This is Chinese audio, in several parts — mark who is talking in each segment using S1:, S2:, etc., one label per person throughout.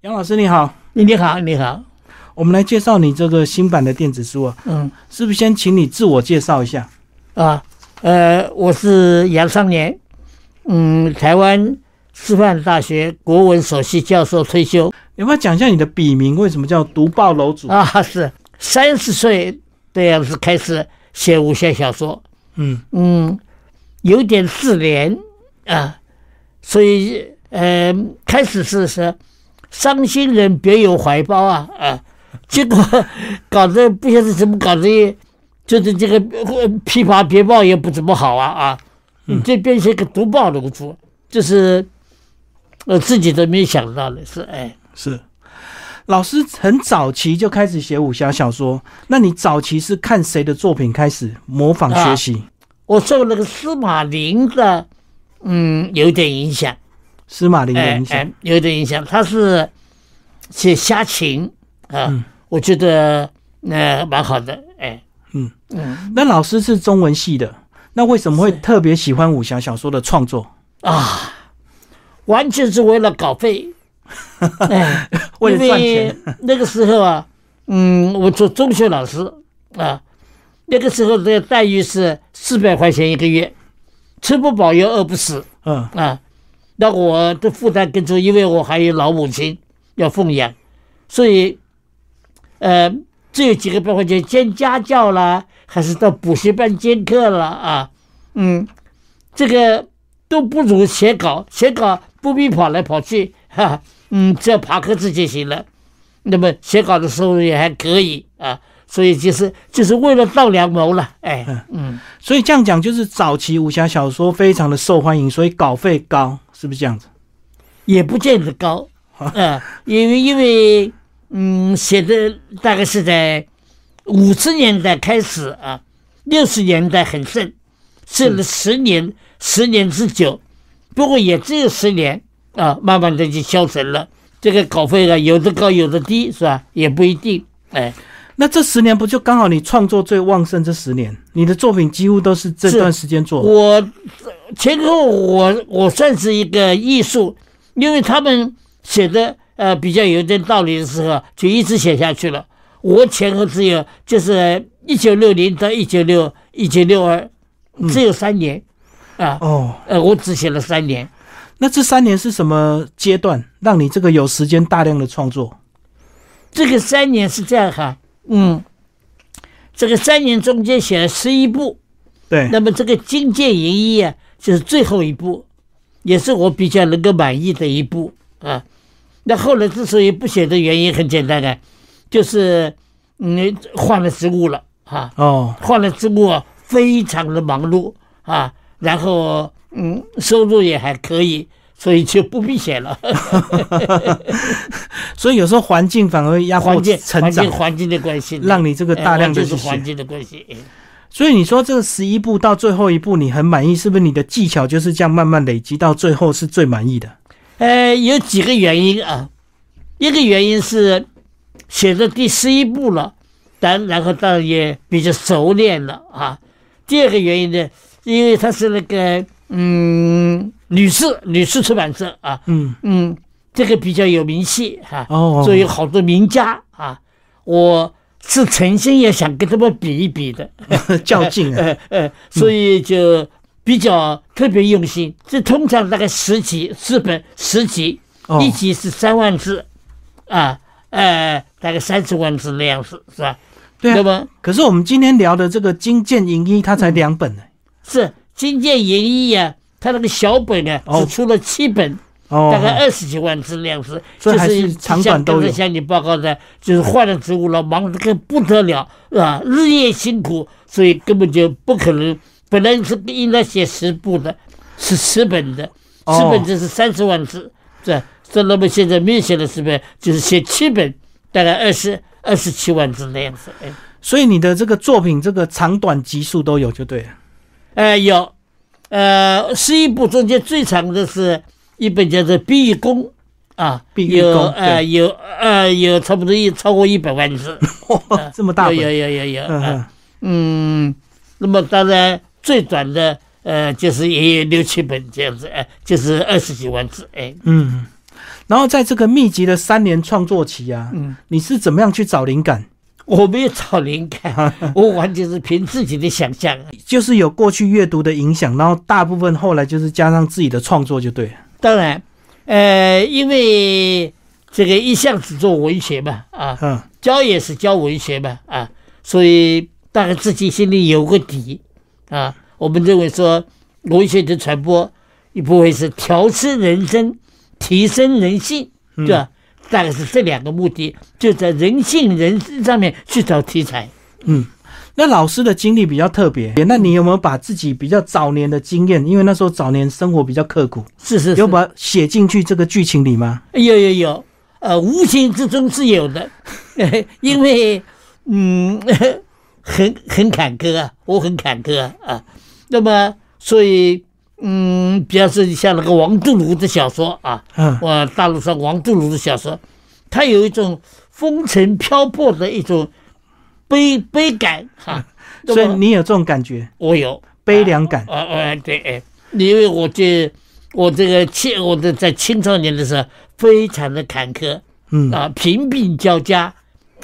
S1: 杨老师你好。
S2: 你好，你好。
S1: 我们来介绍你这个新版的电子书啊。是不是先请你自我介绍一下？
S2: 我是杨尚年，台湾师范大学国文首席教授退休。
S1: 有没有讲一下你的笔名为什么叫读报楼主
S2: 啊？是30岁这样子开始写武侠小说，有点自怜啊，所以开始是伤心人别有怀抱啊，结果搞得不晓得怎么搞得，就是这个琵琶别报也不怎么好这变成一个读报楼主，这是我自己都没想到的，
S1: 是。老师很早期就开始写武侠小说，那你早期是看谁的作品开始模仿学习？
S2: 我受那个司马林的有点影响。
S1: 司马林的影响，
S2: 有点影响。他是写侠情我觉得蛮好的。
S1: 那老师是中文系的，那为什么会特别喜欢武侠小说的创作
S2: 完全是为了稿费。
S1: 为了赚钱。
S2: 因为那个时候我做中学老师那个时候的待遇是400块钱一个月，吃不饱又饿不死。那我的负担更重，因为我还有老母亲要奉养，所以只有几个百块钱兼家教啦，还是到补习班兼课啦这个都不如写稿不必跑来跑去只要爬课字就行了。那么写稿的收入也还可以所以就是为了稻粱谋了。
S1: 所以这样讲就是早期武侠小说非常的受欢迎，所以稿费高，是不是这样子？
S2: 也不见得高因为写的大概是在50年代开始60年代很盛了10年之久，不过也只有10年慢慢的就消沉了。这个稿费有的高有的低，是吧？也不一定。
S1: 那这10年不就刚好你创作最旺盛这10年，你的作品几乎都是这段时间做。
S2: 我前后我算是一个艺术，因为他们写的比较有点道理的时候，就一直写下去了。我前后只有就是1960到1962，只有3年我只写了3年。
S1: 那这3年是什么阶段让你这个有时间大量的创作？
S2: 这个3年是这样这个3年中间写了11部。
S1: 对。
S2: 那么这个《金剑银衣》就是最后一部，也是我比较能够满意的一部那后来之所以不写的原因很简单就是换了职务了换了职务非常的忙碌然后收入也还可以，所以就不必写了。
S1: 所以有时候环境反而压迫成长，
S2: 环境的关系，
S1: 让你这个大量的
S2: 就是环境的关系。
S1: 所以你说这个11部到最后一部你很满意，是不是你的技巧就是这样慢慢累积到最后是最满意的？
S2: 有几个原因一个原因是写到第11部了，然后当然也比较熟练了第二个原因呢，因为它是那个吕氏出版社这个比较有名气所以有好多名家我是诚心也想跟他们比一比的
S1: 较劲
S2: 所以就比较特别用心。这通常大概10集4本10集一集是3万字大概30万字那样子，是吧？
S1: 对啊。可是我们今天聊的这个《金剑银衣》它才2本呢。
S2: 是《金剑银衣》它那个小本只出了7本大概20几万字那样子，
S1: 所以还是长短都有。
S2: 向你报告的，就是换了职务了，忙得个不得了日夜辛苦，所以根本就不可能。本来是应该写10部的，是10本的，10本就是30万字，那么现在没有写了10本，就是写7本，大概27万字那样子。
S1: 所以你的这个作品，这个长短集数都有就对了。
S2: 有，11部中间最长的是一本叫做《碧玉宫》有差不多超过100万字，
S1: 这么大本。
S2: 有。那么当然最短的就是也有6、7本这样子，就是20几万字。
S1: 然后在这个密集的3年创作期啊，你是怎么样去找灵感？
S2: 我没有找灵感，我完全是凭自己的想象，
S1: 就是有过去阅读的影响，然后大部分后来就是加上自己的创作就对了。
S2: 当然，因为这个一向只做文学嘛，教也是教文学嘛，所以大概自己心里有个底啊。我们认为说，文学的传播一部分是调适人生、提升人性，对吧？大概是这2个目的，就在人性人上面去找题材。
S1: 那老师的经历比较特别，那你有没有把自己比较早年的经验，因为那时候早年生活比较刻苦，
S2: 是
S1: 有把它写进去这个剧情里吗？
S2: 有，无形之中是有的，因为很坎坷啊，我很坎坷啊。那么所以比方说像那个王杜庐的小说啊，大陆上王杜庐的小说，它有一种风尘漂泊的一种悲感哈。
S1: 所以你有这种感觉？
S2: 我有
S1: 悲凉感。
S2: 对，因为我在青少年的时候非常的坎坷，贫病交加，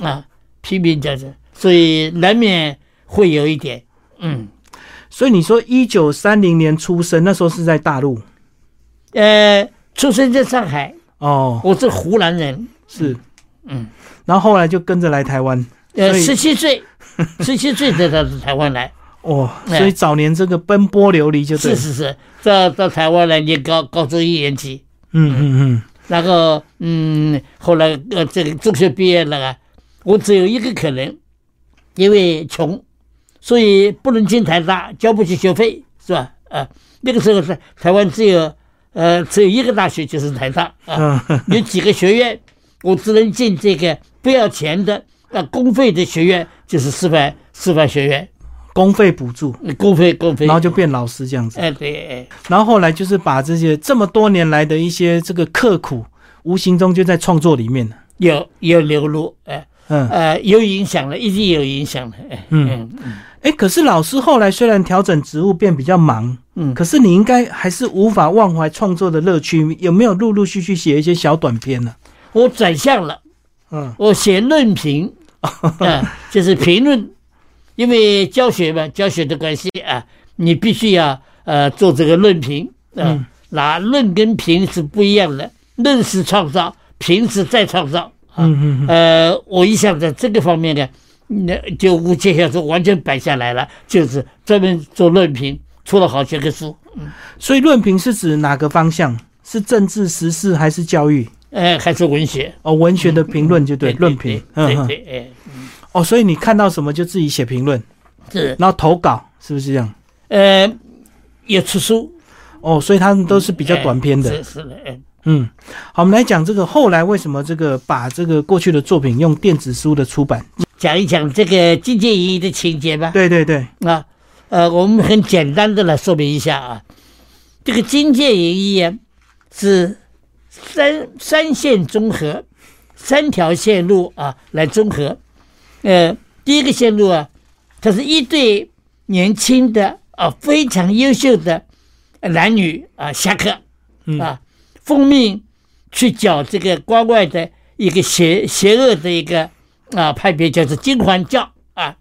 S2: 所以难免会有一点，
S1: 所以你说1930年出生，那时候是在大陆？
S2: 出生在上海。我是湖南人。
S1: 是，然后后来就跟着来台湾。
S2: 17岁才到台湾来。
S1: 所以早年这个奔波流离就对了。
S2: 是，到台湾来念高中1年级。然后后来这个中学毕业了，我只有一个可能，因为穷，所以不能进台大，交不起学费，是吧？那个时候是台湾只有一个大学，就是台大有几个学院，我只能进这个不要钱的公费的学院，就是师范学院，
S1: 公费补助，
S2: 公费，
S1: 然后就变老师这样子。
S2: 对。
S1: 然后后来就是把这么多年来的一些这个刻苦，无形中就在创作里面
S2: 有流露，有影响了，一定有影响了。
S1: 可是老师后来虽然调整职务变比较忙，可是你应该还是无法忘怀创作的乐趣，有没有陆陆续续写一些小短篇呢？
S2: 我转向了，我写论评，就是评论，因为教学的关系你必须要做这个论评，那论跟评是不一样的，论是创造，评是再创造。我一向在这个方面呢，就无界小说完全摆下来了，就是专门做论评，出了好几个书。
S1: 所以论评是指哪个方向？是政治时事还是教育？
S2: 还是文学？
S1: 文学的评论就对，论评。
S2: 对。
S1: 所以你看到什么就自己写评论，
S2: 是，
S1: 然后投稿，是不是这样？
S2: 也出书。
S1: 所以他们都是比较短篇的。
S2: 是的。
S1: 好，我们来讲这个后来为什么这个把这个过去的作品用电子书的出版，
S2: 讲一讲这个金界营役的情节吧。
S1: 对。
S2: 我们很简单的来说明一下这个金界营役是三线综合，3条线路来综合。第一个线路它是一对年轻的非常优秀的男女侠客奉命去剿这个关外的一个邪恶的一个派别，叫做金环教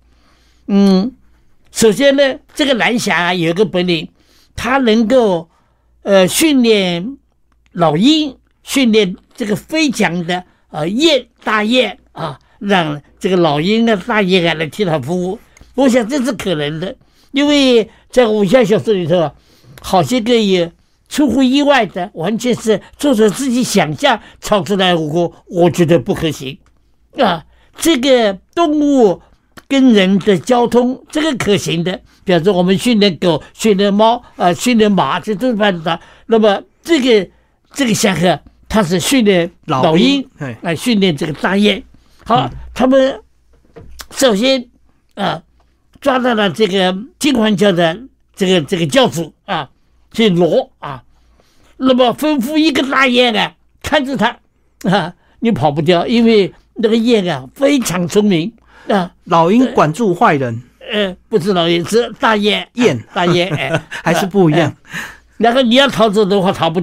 S2: 首先呢，这个蓝侠有一个本领，他能够训练老鹰，训练这个飞翔的大雁让这个老鹰大雁来替他服务。我想这是可能的，因为在武侠小说里头好些个也出乎意外的，完全是作者自己想象创出来，我觉得不可行这个动物跟人的交通，这个可行的，比方说我们训练狗、训练猫训练马，这都是办法。那么这个侠客他是训练老鹰训练这个大雁。好，他们首先抓到了这个金环教的这个教主是罗那么吩咐一个大雁看着他你跑不掉，因为那个雁非常聪明
S1: 老鹰管住坏人，
S2: 不是老鹰，是大雁
S1: 大雁
S2: 还
S1: 是不一样。
S2: 然后你要逃走的话逃不掉，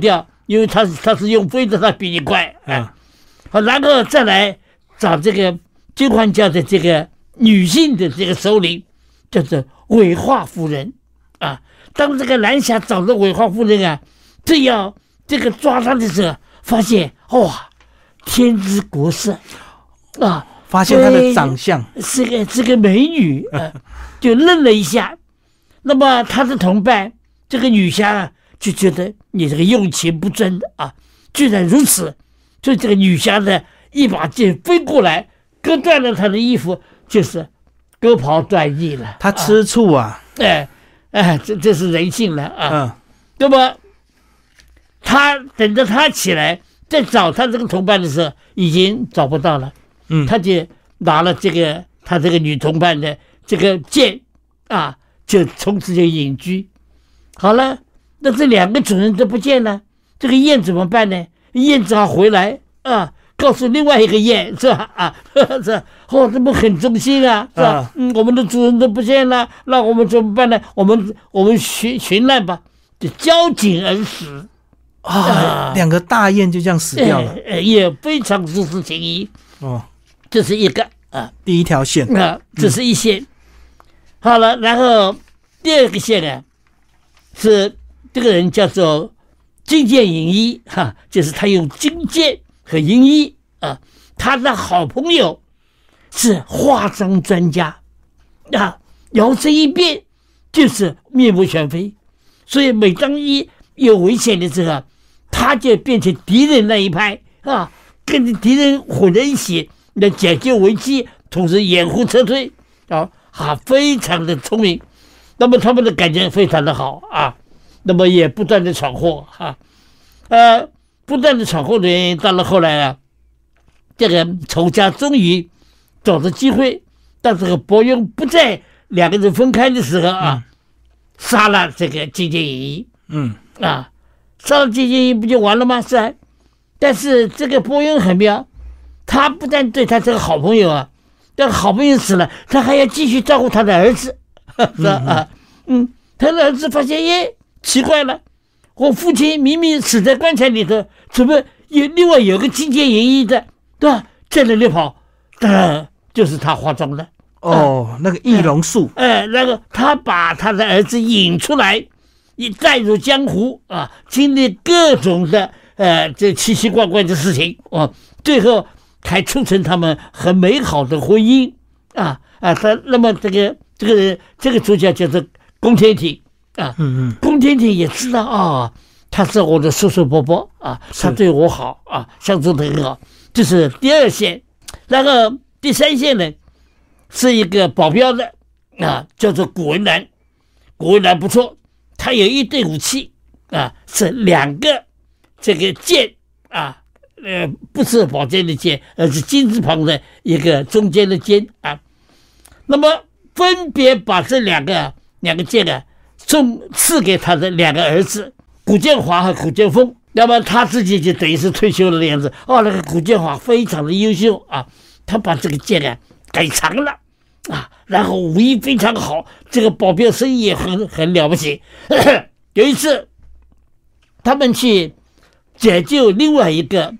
S2: 因为他是用飞的，他比你快好，然后再来找这个金环教的这个女性的这个首领，叫做韦化夫人啊。当这个蓝霞找着韦化夫人啊，正要这个抓他的时候，发现哇，天之国色啊，
S1: 发现她的长相
S2: 是个美女就愣了一下。那么他的同伴这个女侠啊，就觉得你这个用情不真啊，居然如此，所以这个女侠的一把剑飞过来，割断了他的衣服，就是割袍断义了。
S1: 他吃醋啊，
S2: 这是人性了啊。那么他等着他起来再找他这个同伴的时候，已经找不到了。他就拿了他这个女同伴的这个剑啊，就从此就隐居。好了，那这两个主人都不见了，这个雁怎么办呢？雁只好回来啊，告诉另外一个雁，是吧？这们很忠心啊，是吧？我们的主人都不见了，那我们怎么办呢？我们寻难吧，就交颈而死
S1: 两个大雁就这样死掉了，
S2: 也非常自私情谊。这是一个
S1: 第一条线
S2: 这是一线。好了，然后第二个线呢，是这个人叫做金剑银衣就是他用金剑和银衣他的好朋友是化妆专家摇身一变就是面目全非，所以每当有危险的时候，他就变成敌人那一派跟着敌人混在一起来解救危机，同时掩护撤退非常的聪明。那么他们的感情非常的好那么也不断的闯祸不断的闯祸的原因，到了后来这个仇家终于找到机会，当这个伯庸不在，两个人分开的时候杀了这个金剑银衣杀了金剑银衣不就完了吗？是啊。但是这个伯庸很妙，他不但对他这个好朋友这个好朋友死了，他还要继续照顾他的儿子是吧？他的儿子发现奇怪了，我父亲明明死在棺材里头，怎么另外有个金剑银衣的，对吧？在那里跑，当然就是他化妆的
S1: 那个易容术
S2: 那个他把他的儿子引出来，带入江湖经历各种的这奇奇怪怪的事情最后才促成他们很美好的婚姻那么这个主角叫做宫天挺宫天挺也知道他是我的叔叔伯伯他对我好相处得很好，这是第二线。然后第三线呢，是一个保镖的叫做古文兰。古文兰不错，他有一对武器是两个这个剑不是宝剑的剑，而是金字旁的一个中间的尖那么分别把这两个剑赐给他的两个儿子古建华和古建峰。那么他自己就等于是退休了的样子那个古建华非常的优秀他把这个剑改长了然后武艺非常好，这个保镖生意也很了不起有一次他们去解救另外一个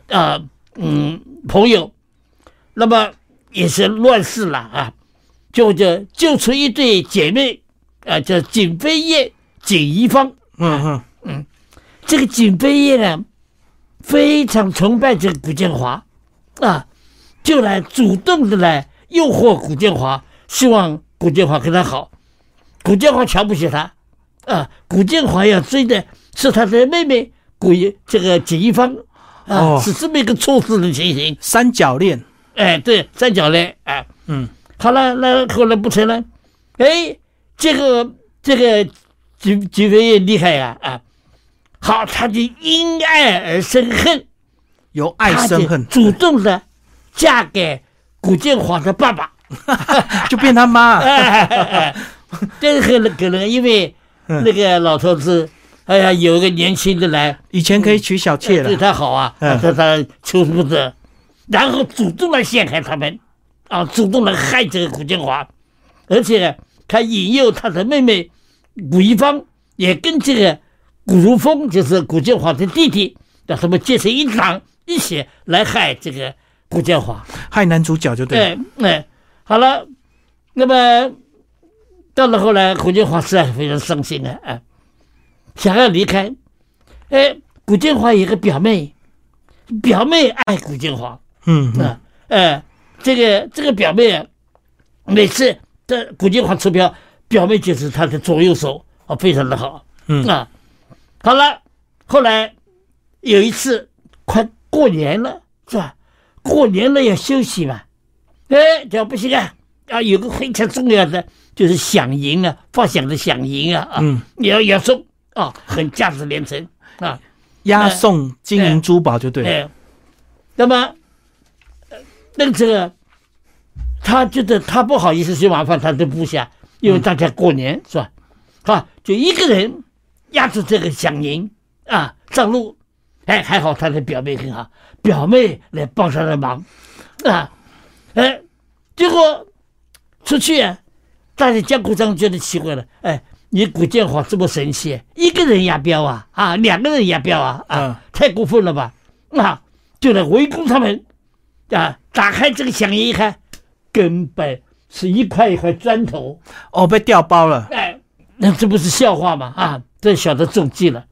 S2: 朋友，那么也是乱世了就救出一对姐妹叫景飞燕、景怡芳。这个景飞燕呢非常崇拜这个古建华就来主动的来诱惑古建华，希望古建华跟他好。古建华瞧不起他古建华要追的是他的妹妹这个景怡芳是这么一个错事的情形。
S1: 三角恋
S2: 对，三角恋好了，那后来不成了这个景飞燕厉害好，他就因爱而生恨，
S1: 由爱生恨，
S2: 主动的嫁给古建华的爸爸
S1: 就变他妈
S2: 这个可能因为那个老头子有一个年轻的来，
S1: 以前可以娶小妾了，
S2: 对他好他求之不得，然后主动来陷害他们主动来害这个古建华，而且他引诱他的妹妹古一芳也跟这个古如风就是古建华的弟弟，让他们结成一党，一起来害这个古建华，
S1: 害男主角就对了。
S2: 好了，那么到了后来，古建华实在非常伤心啊，想要离开。古建华有个表妹爱古建华，这个表妹啊，每次的古建华出票，表妹就是他的左右手，非常的好，好了，后来有一次快过年了，是吧？过年了要休息嘛，这不行啊，有个非常重要的就是饷银啊，发饷的饷银啊，你要送啊，很价值连城啊，
S1: 押送金银珠宝就对了。
S2: 那么这个他觉得他不好意思去麻烦他的部下，因为大家过年是吧？就一个人押住这个饷银啊上路，还好他的表妹很好，表妹来帮上了忙啊，结果出去啊，大家江湖上觉得奇怪了，你古建华这么神气，一个人押镖啊，两个人押镖啊，太过分了吧？就来围攻他们啊！打开这个饷银一看，根本是一块一块砖头，
S1: 被调包了。
S2: 那这不是笑话吗？这晓得中计了，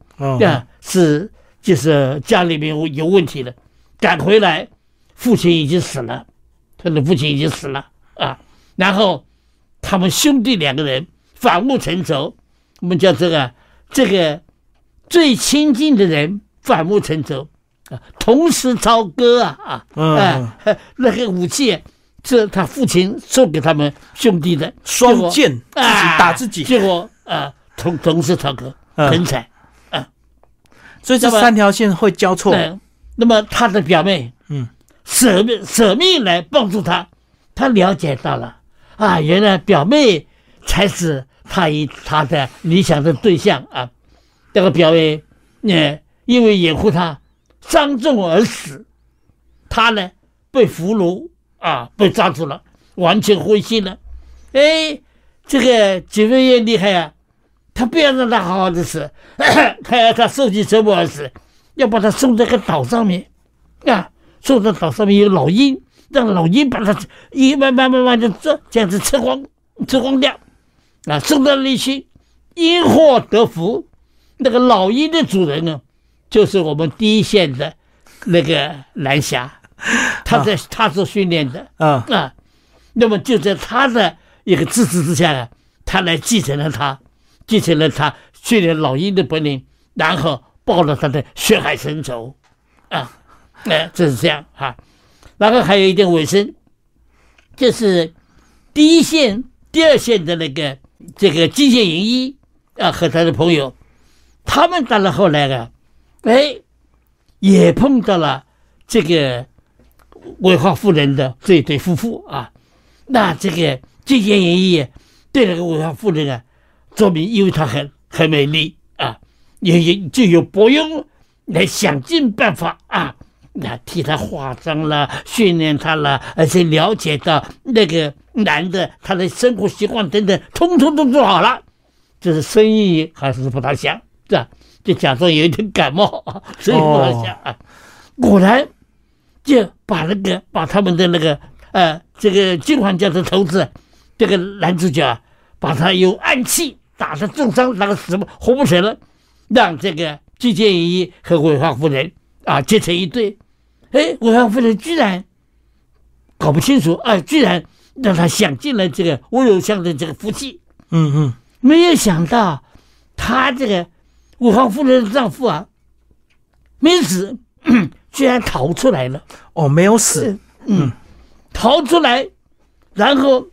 S2: 就是家里面有问题了。赶回来，父亲已经死了，他的父亲已经死了啊。然后他们兄弟两个人反目成仇，我们叫这个最亲近的人反目成仇。同时操戈那个武器是他父亲送给他们兄弟的
S1: 双剑，自己打自己，
S2: 结果同时操戈，很惨
S1: 所以这三条线会交错。
S2: 那么他的表妹舍命来帮助他，他了解到了原来表妹才是他的理想的对象啊。这个表妹因为掩护他伤重而死，他呢被俘虏被抓住了，完全灰心了。这个警卫员厉害啊，他不要让他好好的死，他要他受尽折磨而死，要把他送到个岛上面送到岛上面有老鹰，让老鹰把他慢慢的这样子吃光掉送到那里去，因祸得福。那个老鹰的主人呢，就是我们第一线的那个蓝霞，他所训练的那么就在他的一个支持之下他来继承了他训练老鹰的本领，然后报了他的血海深仇这是这样然后还有一点尾声，就是第一线、第二线的这个机械营一和他的朋友，他们到了后来也碰到了这个韦华夫人的这一对夫妇那这个机械营一对那个韦华夫人说明，因为她很美丽也就有伯庸来想尽办法替她化妆了，训练她了，而且了解到那个男的他的生活习惯等等，通通都做好了。就是生意还是不大像，是吧？就假装有一点感冒生意不大像果然就把他们的这个金环家的头子，这个男主角把他用暗器打得重伤，那个死活不成了，让这个季建一和韦华夫人结成一对。韦华夫人居然搞不清楚居然让他享尽了这个温柔乡的这个福气。没有想到他这个韦华夫人的丈夫没死，居然逃出来了。
S1: 没有死。
S2: 逃出来，然后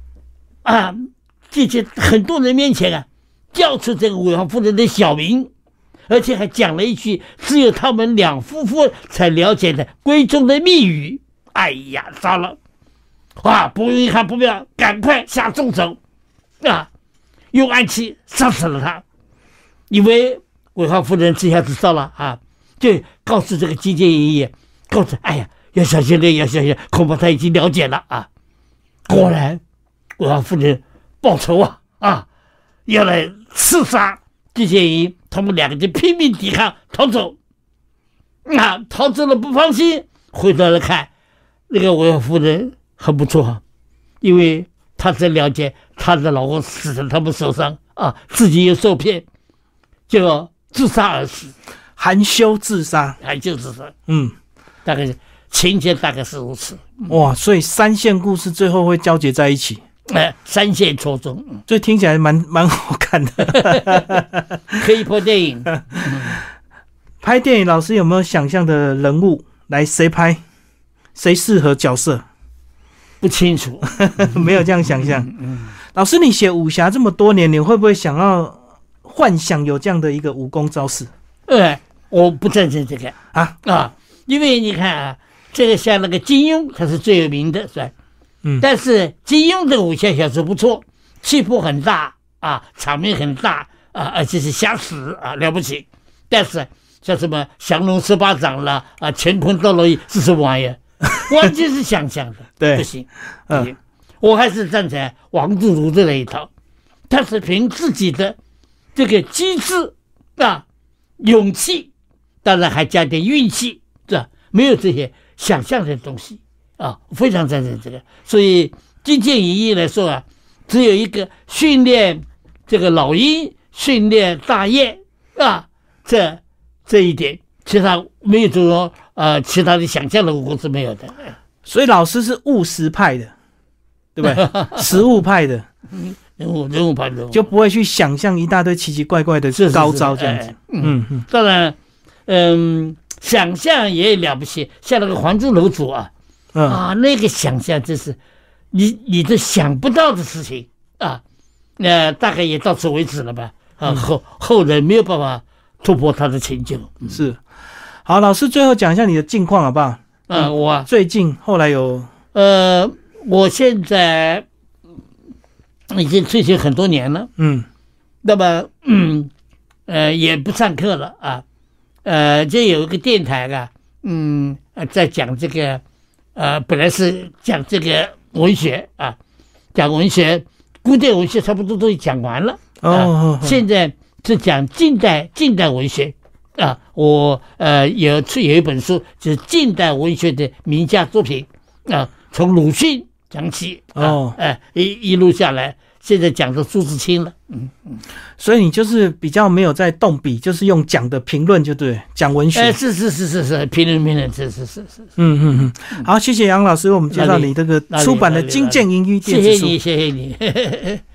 S2: 这些很多人面前叫出这个韦华夫人的小名，而且还讲了一句只有他们两夫妇才了解的闺中的密语。哎呀，糟了！不用一看不妙，赶快下重手用暗器杀死了他。因为韦华夫人这下子糟了就告诉这个季建一，告诉要小心点，要小心，恐怕他已经了解了果然韦华夫人报仇要来刺杀季建一， 他们两个就拼命抵抗，逃走。逃走了不放心，回头来看，那个维尔夫人很不错，因为她才了解她的老公死在他们手上自己又受骗，就自杀而死，
S1: 含羞自杀，
S2: 大概情节大概是如此。
S1: 哇，所以三线故事最后会交结在一起。
S2: 三线错综，
S1: 所以听起来蛮好看的，
S2: 可以拍电影。
S1: 拍电影，老师有没有想象的人物？来，谁拍？谁适合角色？
S2: 不清楚，
S1: 没有这样想象。老师，你写武侠这么多年，你会不会想要幻想有这样的一个武功招式？
S2: 我不赞成这个因为你看这个像那个金庸，他是最有名的，是吧？但是金庸的武侠小说不错，气魄很大场面很大而且是想死了不起。但是像什么降龙十八掌了乾坤大挪移是什么玩意儿？完全是想象的，
S1: 对，
S2: 不行。我还是赞成王自如的那一套，他是凭自己的这个机智勇气，当然还加点运气，是吧？没有这些想象的东西非常赞成这个。所以金剑一役来说只有一个训练这个老鹰，训练大雁这一点，其他没有这种其他的想象的武功是没有的。
S1: 所以老师是务实派的，对不对？实务派的，
S2: 人物派的，
S1: 就不会去想象一大堆奇奇怪怪的高招这样子。
S2: 当然，想象也了不起，像那个《还珠楼主》那个想象真是你都想不到的事情大概也到此为止了吧。后人没有办法突破他的成就。
S1: 是，好，老师最后讲一下你的近况好不好？
S2: 我
S1: 最近后来有
S2: 我现在已经退休很多年了，那么也不上课了就有一个电台在讲这个本来是讲这个文学讲文学，古典文学差不多都讲完了现在是讲近代文学我有一本书，就是近代文学的名家作品从鲁迅讲起一路下来，现在讲到朱自清了。
S1: 所以你就是比较没有在动笔，就是用讲的评论就对，讲文学。
S2: 是评论，是。
S1: 好，谢谢杨老师为我们介绍你这个出版的《金剑银鱼》电子书。
S2: 谢谢你。